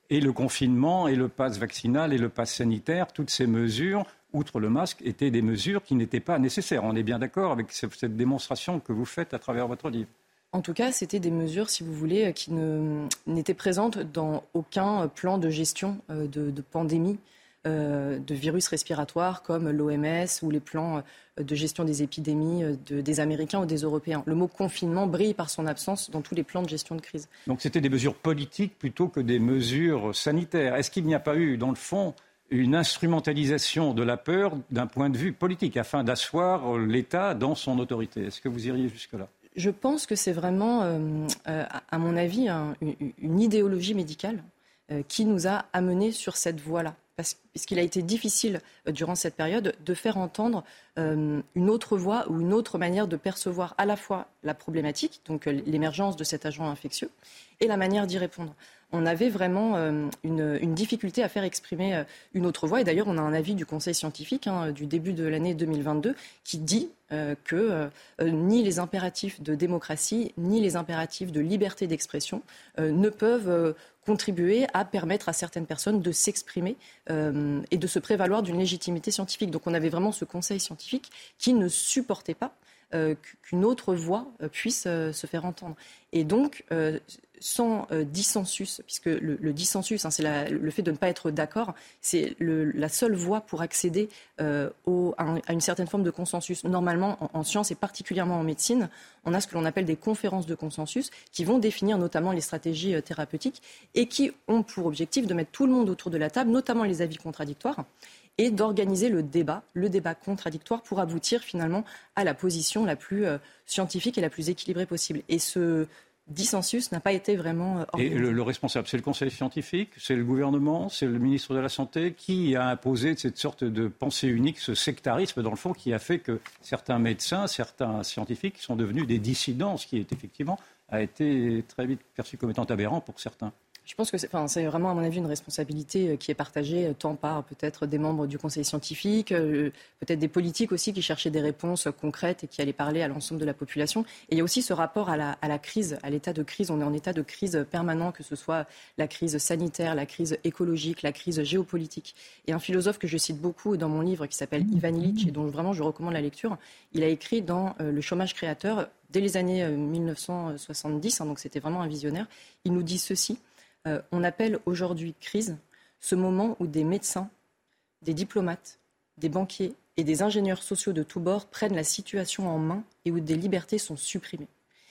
Et le confinement, et le pass vaccinal, et le pass sanitaire, toutes ces mesures, outre le masque, étaient des mesures qui n'étaient pas nécessaires. On est bien d'accord avec cette démonstration que vous faites à travers votre livre. En tout cas, c'était des mesures, si vous voulez, qui ne, n'étaient présentes dans aucun plan de gestion de, de pandémie, euh, de virus respiratoires comme l'O M S ou les plans de gestion des épidémies de, des Américains ou des Européens. Le mot confinement brille par son absence dans tous les plans de gestion de crise. Donc c'était des mesures politiques plutôt que des mesures sanitaires. Est-ce qu'il n'y a pas eu, dans le fond, une instrumentalisation de la peur d'un point de vue politique afin d'asseoir l'État dans son autorité? Est-ce que vous iriez jusque-là? Je pense que c'est vraiment, euh, euh, à mon avis, un, une, une idéologie médicale euh, qui nous a amenés sur cette voie-là. Parce, puisqu'il a été difficile, euh, durant cette période, de faire entendre euh, une autre voix ou une autre manière de percevoir à la fois la problématique, donc euh, l'émergence de cet agent infectieux, et la manière d'y répondre. On avait vraiment euh, une, une difficulté à faire exprimer euh, une autre voix. Et d'ailleurs, on a un avis du Conseil scientifique hein, du début de l'année deux mille vingt-deux qui dit euh, que euh, ni les impératifs de démocratie, ni les impératifs de liberté d'expression euh, ne peuvent euh, contribuer à permettre à certaines personnes de s'exprimer euh, et de se prévaloir d'une légitimité scientifique. Donc on avait vraiment ce Conseil scientifique qui ne supportait pas euh, qu'une autre voix euh, puisse euh, se faire entendre. Et donc... Euh, sans euh, dissensus, puisque le, le dissensus, hein, c'est la, le fait de ne pas être d'accord, c'est le, la seule voie pour accéder euh, au, à, un, à une certaine forme de consensus. Normalement, en, en sciences et particulièrement en médecine, on a ce que l'on appelle des conférences de consensus qui vont définir notamment les stratégies euh, thérapeutiques et qui ont pour objectif de mettre tout le monde autour de la table, notamment les avis contradictoires, et d'organiser le débat, le débat contradictoire pour aboutir finalement à la position la plus euh, scientifique et la plus équilibrée possible. Et ce... dissensus n'a pas été vraiment organisé. Et le, le responsable, c'est le Conseil scientifique, c'est le gouvernement, c'est le ministre de la Santé qui a imposé cette sorte de pensée unique, ce sectarisme dans le fond qui a fait que certains médecins, certains scientifiques sont devenus des dissidents, ce qui est effectivement a été très vite perçu comme étant aberrant pour certains. Je pense que c'est, enfin, c'est vraiment, à mon avis, une responsabilité qui est partagée tant par peut-être des membres du Conseil scientifique, euh, peut-être des politiques aussi qui cherchaient des réponses concrètes et qui allaient parler à l'ensemble de la population. Et il y a aussi ce rapport à la, à la crise, à l'état de crise. On est en état de crise permanent, que ce soit la crise sanitaire, la crise écologique, la crise géopolitique. Et un philosophe que je cite beaucoup dans mon livre qui s'appelle Ivan Illich et dont vraiment je recommande la lecture, il a écrit dans euh, Le chômage créateur, dès les années euh, dix-neuf cent soixante-dix, hein, donc c'était vraiment un visionnaire, il nous dit ceci. Euh, on appelle aujourd'hui crise ce moment où des médecins, des diplomates, des banquiers et des ingénieurs sociaux de tous bords prennent la situation en main et où des libertés sont supprimées.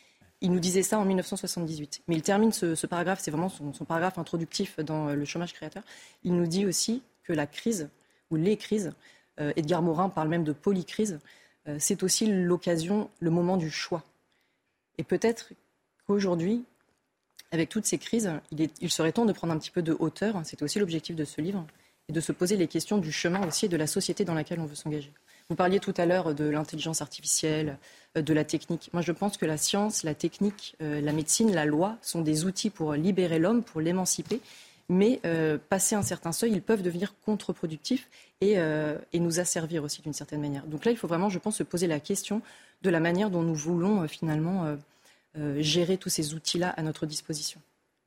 Il nous disait ça en dix-neuf cent soixante-dix-huit. Mais il termine ce, ce paragraphe, c'est vraiment son, son paragraphe introductif dans Le chômage créateur. Il nous dit aussi que la crise, ou les crises, euh, Edgar Morin parle même de polycrise, euh, c'est aussi l'occasion, le moment du choix. Et peut-être qu'aujourd'hui, avec toutes ces crises, il, est, il serait temps de prendre un petit peu de hauteur, c'est aussi l'objectif de ce livre, et de se poser les questions du chemin aussi et de la société dans laquelle on veut s'engager. Vous parliez tout à l'heure de l'intelligence artificielle, de la technique. Moi, je pense que la science, la technique, euh, la médecine, la loi sont des outils pour libérer l'homme, pour l'émanciper, mais euh, passer un certain seuil, ils peuvent devenir contre-productifs et, euh, et nous asservir aussi d'une certaine manière. Donc là, il faut vraiment, je pense, se poser la question de la manière dont nous voulons euh, finalement... Euh, Euh, gérer tous ces outils-là à notre disposition.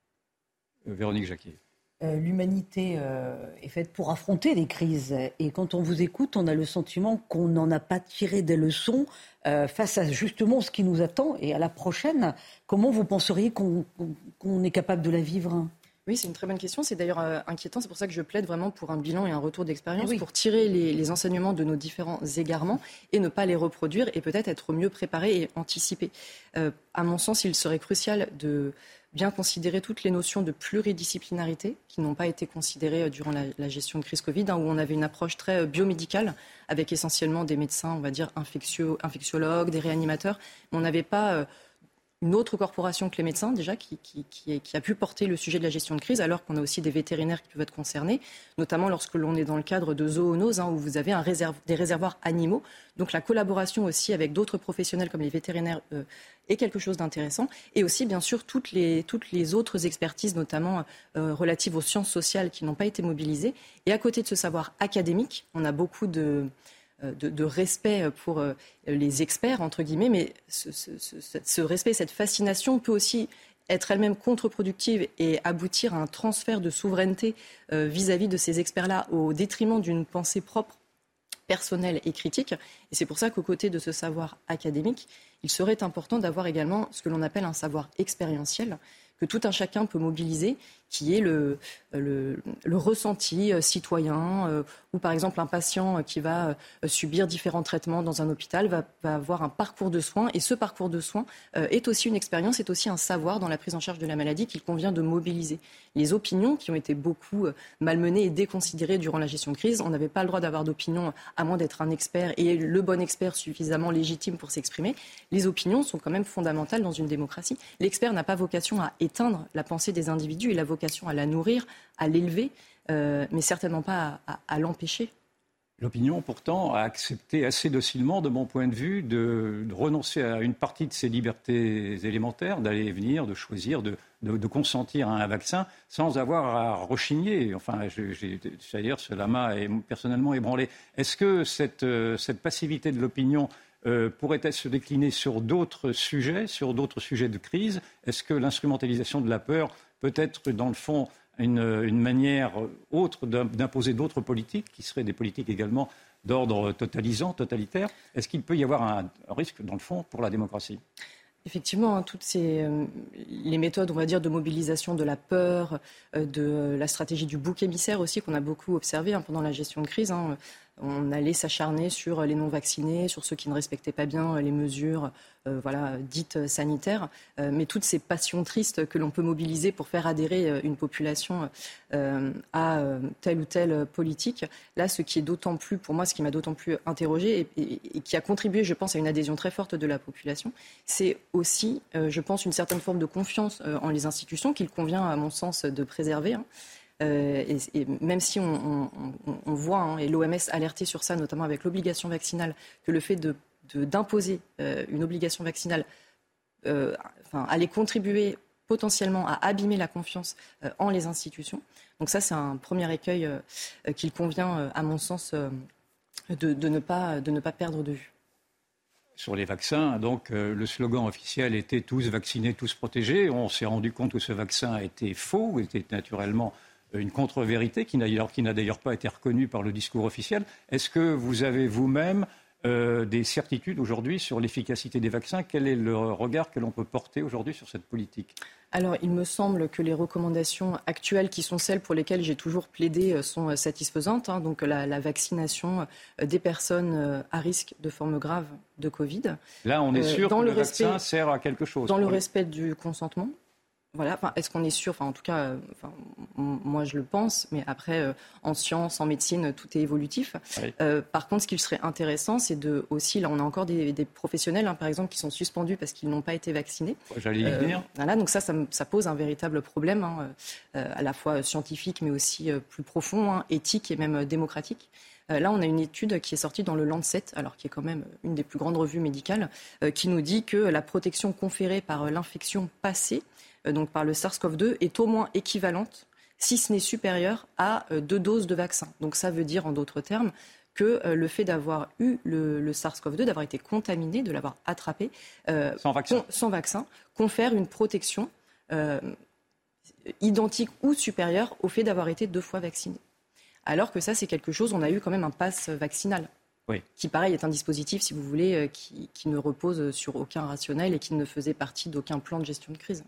Euh, Véronique Jacquier. Euh, l'humanité euh, est faite pour affronter des crises. Et quand on vous écoute, on a le sentiment qu'on n'en a pas tiré des leçons euh, face à justement ce qui nous attend. Et à la prochaine, comment vous penseriez qu'on, qu'on est capable de la vivre ? Oui, c'est une très bonne question. C'est d'ailleurs euh, inquiétant. C'est pour ça que je plaide vraiment pour un bilan et un retour d'expérience, oui. pour tirer les, les enseignements de nos différents égarements et ne pas les reproduire et peut-être être mieux préparé et anticipé. Euh, à mon sens, il serait crucial de bien considérer toutes les notions de pluridisciplinarité qui n'ont pas été considérées durant la, la gestion de crise Covid, hein, où on avait une approche très biomédicale avec essentiellement des médecins, on va dire, infectio, infectiologues, des réanimateurs. Mais on n'avait pas... Euh, une autre corporation que les médecins, déjà, qui, qui, qui, qui a pu porter le sujet de la gestion de crise, alors qu'on a aussi des vétérinaires qui peuvent être concernés, notamment lorsque l'on est dans le cadre de zoonoses, hein, où vous avez un réserve, des réservoirs animaux. Donc la collaboration aussi avec d'autres professionnels comme les vétérinaires euh, est quelque chose d'intéressant. Et aussi, bien sûr, toutes les, toutes les autres expertises, notamment euh, relatives aux sciences sociales, qui n'ont pas été mobilisées. Et à côté de ce savoir académique, on a beaucoup de... De, de respect pour euh, les experts, entre guillemets, mais ce, ce, ce, ce respect, cette fascination peut aussi être elle-même contre-productive et aboutir à un transfert de souveraineté euh, vis-à-vis de ces experts-là au détriment d'une pensée propre, personnelle et critique. Et c'est pour ça qu'aux côtés de ce savoir académique, il serait important d'avoir également ce que l'on appelle un savoir expérientiel, que tout un chacun peut mobiliser, qui est le, le, le ressenti citoyen, euh, où par exemple un patient qui va euh, subir différents traitements dans un hôpital va, va avoir un parcours de soins, et ce parcours de soins euh, est aussi une expérience, est aussi un savoir dans la prise en charge de la maladie qu'il convient de mobiliser. Les opinions qui ont été beaucoup euh, malmenées et déconsidérées durant la gestion de crise, on n'avait pas le droit d'avoir d'opinion à moins d'être un expert et le bon expert suffisamment légitime pour s'exprimer. Les opinions sont quand même fondamentales dans une démocratie. L'expert n'a pas vocation à éteindre la pensée des individus, il a vocation à la nourrir, à l'élever, euh, mais certainement pas à, à, à l'empêcher. L'opinion, pourtant, a accepté assez docilement, de mon point de vue, de, de renoncer à une partie de ses libertés élémentaires, d'aller et venir, de choisir, de, de, de consentir à un vaccin sans avoir à rechigner. Enfin, j'ai, j'ai, d'ailleurs, cela m'a personnellement ébranlé. Est-ce que cette, cette passivité de l'opinion euh, pourrait-elle se décliner sur d'autres sujets, sur d'autres sujets de crise ? Est-ce que l'instrumentalisation de la peur peut être, dans le fond, une, une manière autre d'imposer d'autres politiques, qui seraient des politiques également d'ordre totalisant, totalitaire ? Est-ce qu'il peut y avoir un, un risque, dans le fond, pour la démocratie ? Effectivement, hein, toutes ces, euh, les méthodes, on va dire, de mobilisation de la peur, euh, de la stratégie du bouc émissaire aussi, qu'on a beaucoup observé hein, pendant la gestion de crise. Hein. On allait s'acharner sur les non-vaccinés, sur ceux qui ne respectaient pas bien les mesures euh, voilà, dites sanitaires. Euh, mais toutes ces passions tristes que l'on peut mobiliser pour faire adhérer une population euh, à euh, telle ou telle politique, là, ce qui est d'autant plus, pour moi, ce qui m'a d'autant plus interrogé et, et, et qui a contribué, je pense, à une adhésion très forte de la population, c'est aussi, euh, je pense, une certaine forme de confiance euh, en les institutions qu'il convient, à mon sens, de préserver. Hein. Euh, et, et même si on, on, on voit, hein, et l'O M S alertait sur ça, notamment avec l'obligation vaccinale, que le fait de, de, d'imposer euh, une obligation vaccinale euh, enfin, allait contribuer potentiellement à abîmer la confiance euh, en les institutions. Donc ça, c'est un premier écueil euh, qu'il convient, euh, à mon sens, euh, de, de, ne pas, de ne pas perdre de vue. Sur les vaccins, donc, euh, le slogan officiel était « tous vaccinés, tous protégés ». On s'est rendu compte que ce vaccin était faux, était naturellement une contre-vérité qui n'a, qui n'a d'ailleurs pas été reconnue par le discours officiel. Est-ce que vous avez vous-même euh, des certitudes aujourd'hui sur l'efficacité des vaccins ? Quel est le regard que l'on peut porter aujourd'hui sur cette politique ? Alors, il me semble que les recommandations actuelles, qui sont celles pour lesquelles j'ai toujours plaidé, sont satisfaisantes. Hein, donc, la, la vaccination des personnes à risque de formes graves de Covid. Là, on est sûr euh, que le, le respect, vaccin sert à quelque chose. Dans le les... respect du consentement. Voilà, enfin, est-ce qu'on est sûr ? Enfin, en tout cas, euh, enfin, moi je le pense, mais après, euh, en sciences, en médecine, tout est évolutif. Oui. Euh, par contre, ce qui serait intéressant, c'est de aussi, là, on a encore des, des professionnels, hein, par exemple, qui sont suspendus parce qu'ils n'ont pas été vaccinés. J'allais y venir. Euh, voilà, donc ça, ça, ça pose un véritable problème, hein, euh, à la fois scientifique, mais aussi euh, plus profond, hein, éthique et même euh, démocratique. Euh, là, on a une étude qui est sortie dans le Lancet, alors qui est quand même une des plus grandes revues médicales, euh, qui nous dit que la protection conférée par euh, l'infection passée, donc par le SARS-CoV deux, est au moins équivalente, si ce n'est supérieure, à deux doses de vaccin. Donc ça veut dire, en d'autres termes, que le fait d'avoir eu le, le SARS-CoV deux, d'avoir été contaminé, de l'avoir attrapé, euh, sans, vaccin. Con, sans vaccin, confère une protection euh, identique ou supérieure au fait d'avoir été deux fois vacciné. Alors que ça, c'est quelque chose, on a eu quand même un pass vaccinal. Oui. Qui, pareil, est un dispositif, si vous voulez, qui, qui ne repose sur aucun rationnel et qui ne faisait partie d'aucun plan de gestion de crise.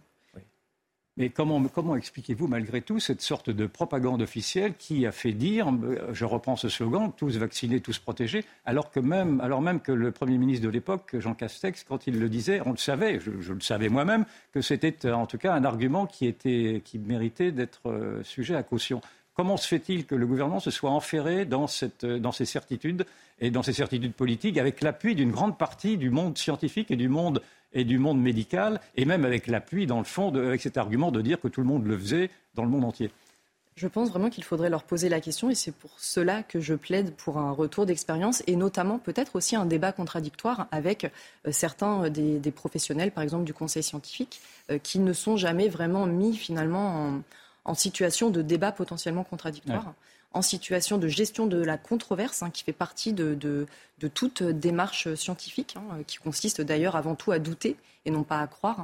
Mais comment, comment expliquez-vous malgré tout cette sorte de propagande officielle qui a fait dire, je reprends ce slogan, tous vaccinés, tous protégés, alors, que même, alors même que le Premier ministre de l'époque, Jean Castex, quand il le disait, on le savait, je, je le savais moi-même, que c'était en tout cas un argument qui, était, qui méritait d'être sujet à caution. Comment se fait-il que le gouvernement se soit enferré dans, cette, dans ces certitudes et dans ces certitudes politiques avec l'appui d'une grande partie du monde scientifique et du monde et du monde médical, et même avec l'appui, dans le fond, de, avec cet argument de dire que tout le monde le faisait dans le monde entier? Je pense vraiment qu'il faudrait leur poser la question, et c'est pour cela que je plaide pour un retour d'expérience, et notamment peut-être aussi un débat contradictoire avec euh, certains des, des professionnels, par exemple du Conseil scientifique, euh, qui ne sont jamais vraiment mis finalement en, en situation de débat potentiellement contradictoire. Ouais. En situation de gestion de la controverse, hein, qui fait partie de, de, de toute démarche scientifique, hein, qui consiste d'ailleurs avant tout à douter et non pas à croire.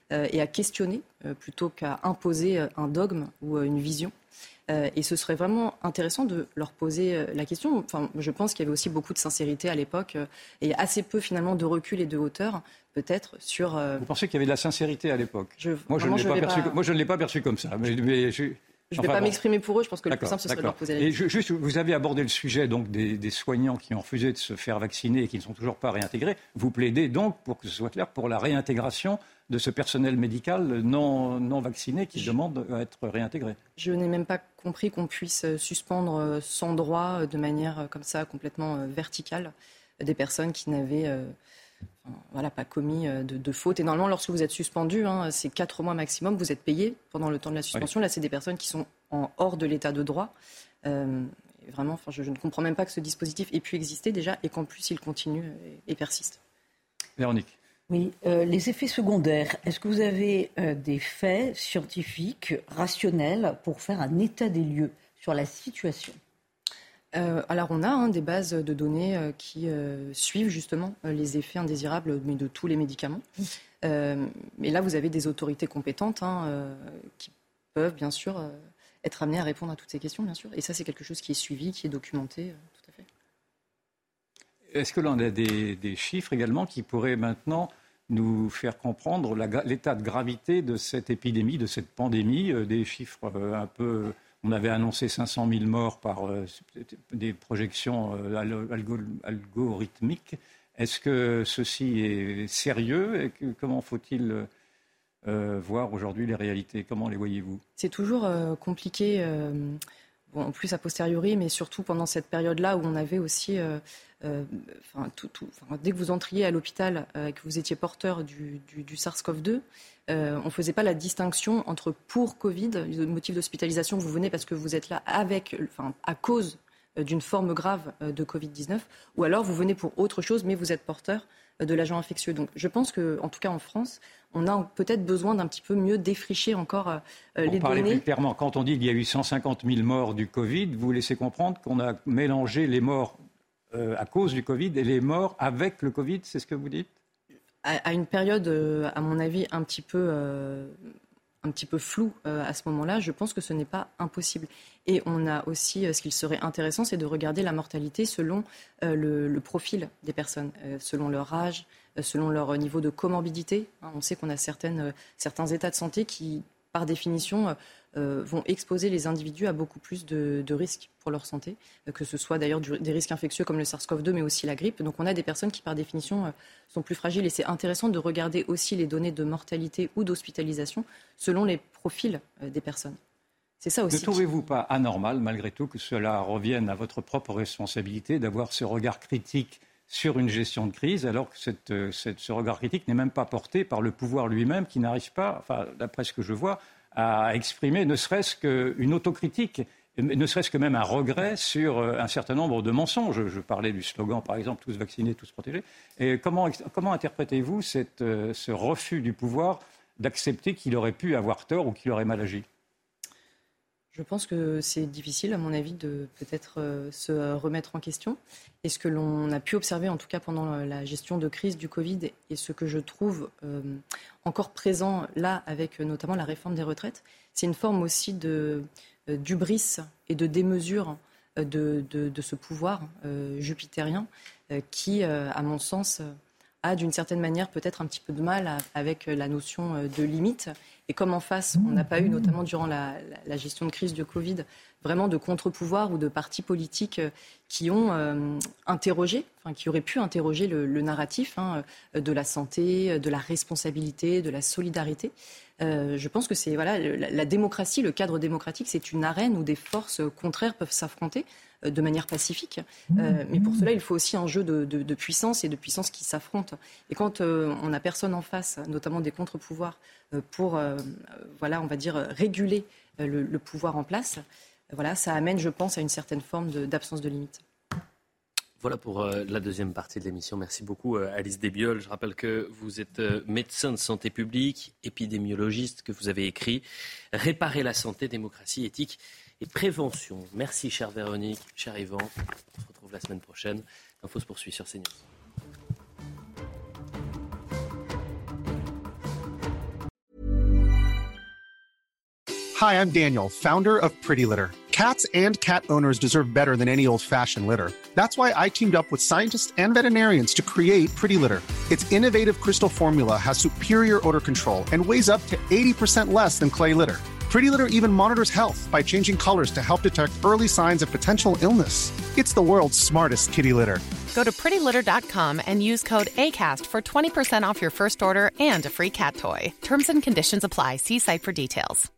euh, et à questionner euh, plutôt qu'à imposer euh, un dogme ou euh, une vision. Euh, et ce serait vraiment intéressant de leur poser euh, la question. Enfin, je pense qu'il y avait aussi beaucoup de sincérité à l'époque euh, et assez peu finalement de recul et de hauteur, peut-être, sur... Euh... Vous pensez qu'il y avait de la sincérité à l'époque? je, Moi, je ne l'ai je pas perçu, pas... moi, je ne l'ai pas perçu comme ça. Mais, mais je... Je ne vais enfin, pas bon. m'exprimer pour eux, je pense que le plus D'accord, simple, ce serait d'accord. de leur poser la Et question. juste, vous avez abordé le sujet donc, des, des soignants qui ont refusé de se faire vacciner et qui ne sont toujours pas réintégrés. Vous plaidez donc, pour que ce soit clair, pour la réintégration de ce personnel médical non, non vacciné qui je, demande à être réintégré. Je n'ai même pas compris qu'on puisse suspendre sans droit, de manière comme ça, complètement verticale, des personnes qui n'avaient... Euh, Enfin, voilà, pas commis de, de faute. Et normalement, lorsque vous êtes suspendu, hein, c'est quatre mois maximum, vous êtes payé pendant le temps de la suspension. Oui. Là, c'est des personnes qui sont en hors de l'état de droit. Euh, vraiment, enfin, je, je ne comprends même pas que ce dispositif ait pu exister déjà et qu'en plus, il continue et, et persiste. Véronique. Oui, euh, les effets secondaires. Est-ce que vous avez euh, des faits scientifiques, rationnels, pour faire un état des lieux sur la situation ? Euh, alors on a hein, des bases de données euh, qui euh, suivent justement euh, les effets indésirables mais de tous les médicaments. Euh, mais là vous avez des autorités compétentes hein, euh, qui peuvent bien sûr euh, être amenées à répondre à toutes ces questions bien sûr. Et ça c'est quelque chose qui est suivi, qui est documenté, euh, tout à fait. Est-ce que l'on a des, des chiffres également qui pourraient maintenant nous faire comprendre la, l'état de gravité de cette épidémie, de cette pandémie, euh, des chiffres euh, un peu... On avait annoncé cinq cent mille morts par euh, des projections euh, algo- algorithmiques. Est-ce que ceci est sérieux et que, comment faut-il euh, voir aujourd'hui les réalités? Comment les voyez-vous? C'est toujours euh, compliqué, euh, bon, en plus a posteriori, mais surtout pendant cette période-là où on avait aussi... Euh, euh, tout, tout, dès que vous entriez à l'hôpital et euh, que vous étiez porteur du, du, du SARS-CoV deux, Euh, on ne faisait pas la distinction entre pour Covid, le motif d'hospitalisation, vous venez parce que vous êtes là avec, enfin, à cause d'une forme grave de covid dix-neuf, ou alors vous venez pour autre chose, mais vous êtes porteur de l'agent infectieux. Donc je pense qu'en tout cas en France, on a peut-être besoin d'un petit peu mieux défricher encore euh, les données. Pour parler plus clairement, quand on dit qu'il y a eu cent cinquante mille morts du Covid, vous laissez comprendre qu'on a mélangé les morts euh, à cause du Covid et les morts avec le Covid, c'est ce que vous dites ? À une période, à mon avis, un petit peu, euh, un petit peu floue euh, à ce moment-là, je pense que ce n'est pas impossible. Et on a aussi, euh, ce qu'il serait intéressant, c'est de regarder la mortalité selon euh, le, le profil des personnes, euh, selon leur âge, euh, selon leur niveau de comorbidité. Hein, on sait qu'on a certaines, euh, certains états de santé qui, par définition, euh, vont exposer les individus à beaucoup plus de, de risques pour leur santé, euh, que ce soit d'ailleurs du, des risques infectieux comme le SARS-CoV deux, mais aussi la grippe. Donc on a des personnes qui, par définition, euh, sont plus fragiles. Et c'est intéressant de regarder aussi les données de mortalité ou d'hospitalisation selon les profils euh, des personnes. C'est ça aussi. Ne trouvez-vous pas anormal, malgré tout, que cela revienne à votre propre responsabilité d'avoir ce regard critique sur une gestion de crise, alors que cette, cette, ce regard critique n'est même pas porté par le pouvoir lui-même, qui n'arrive pas, enfin, d'après ce que je vois, à exprimer ne serait-ce qu'une autocritique, ne serait-ce que même un regret sur un certain nombre de mensonges. Je parlais du slogan, par exemple, tous vaccinés, tous protégés. Et comment, comment interprétez-vous cette, ce refus du pouvoir d'accepter qu'il aurait pu avoir tort ou qu'il aurait mal agi ? Je pense que c'est difficile, à mon avis, de peut-être euh, se remettre en question. Et ce que l'on a pu observer, en tout cas pendant la gestion de crise du Covid, et ce que je trouve euh, encore présent là, avec euh, notamment la réforme des retraites, c'est une forme aussi de, euh, d'hubris et de démesure euh, de, de, de ce pouvoir euh, jupitérien euh, qui, euh, à mon sens, euh, a d'une certaine manière peut-être un petit peu de mal à, avec la notion de limite. Et comme en face, on n'a pas eu, notamment durant la, la, la gestion de crise du Covid, vraiment de contre-pouvoirs ou de partis politiques qui ont euh, interrogé, enfin, qui auraient pu interroger le, le narratif hein, de la santé, de la responsabilité, de la solidarité. Euh, je pense que c'est voilà, la, la démocratie, le cadre démocratique, c'est une arène où des forces contraires peuvent s'affronter euh, de manière pacifique. Euh, mais pour cela, il faut aussi un jeu de, de, de puissance et de puissance qui s'affrontent. Et quand euh, on n'a personne en face, notamment des contre-pouvoirs, euh, pour, euh, voilà, on va dire, réguler euh, le, le pouvoir en place, euh, voilà, ça amène, je pense, à une certaine forme de, d'absence de limite. Voilà pour euh, la deuxième partie de l'émission. Merci beaucoup euh, Alice Desbioles. Je rappelle que vous êtes euh, médecin de santé publique, épidémiologiste, que vous avez écrit « Réparer la santé, démocratie, éthique et prévention ». Merci chère Véronique, cher Yvan. On se retrouve la semaine prochaine. L'info se poursuit sur CNews. Hi, I'm Daniel, founder of Pretty Litter. Cats and cat owners deserve better than any old-fashioned litter. That's why I teamed up with scientists and veterinarians to create Pretty Litter. Its innovative crystal formula has superior odor control and weighs up to eighty percent less than clay litter. Pretty Litter even monitors health by changing colors to help detect early signs of potential illness. It's the world's smartest kitty litter. Go to pretty litter dot com and use code ACAST for twenty percent off your first order and a free cat toy. Terms and conditions apply. See site for details.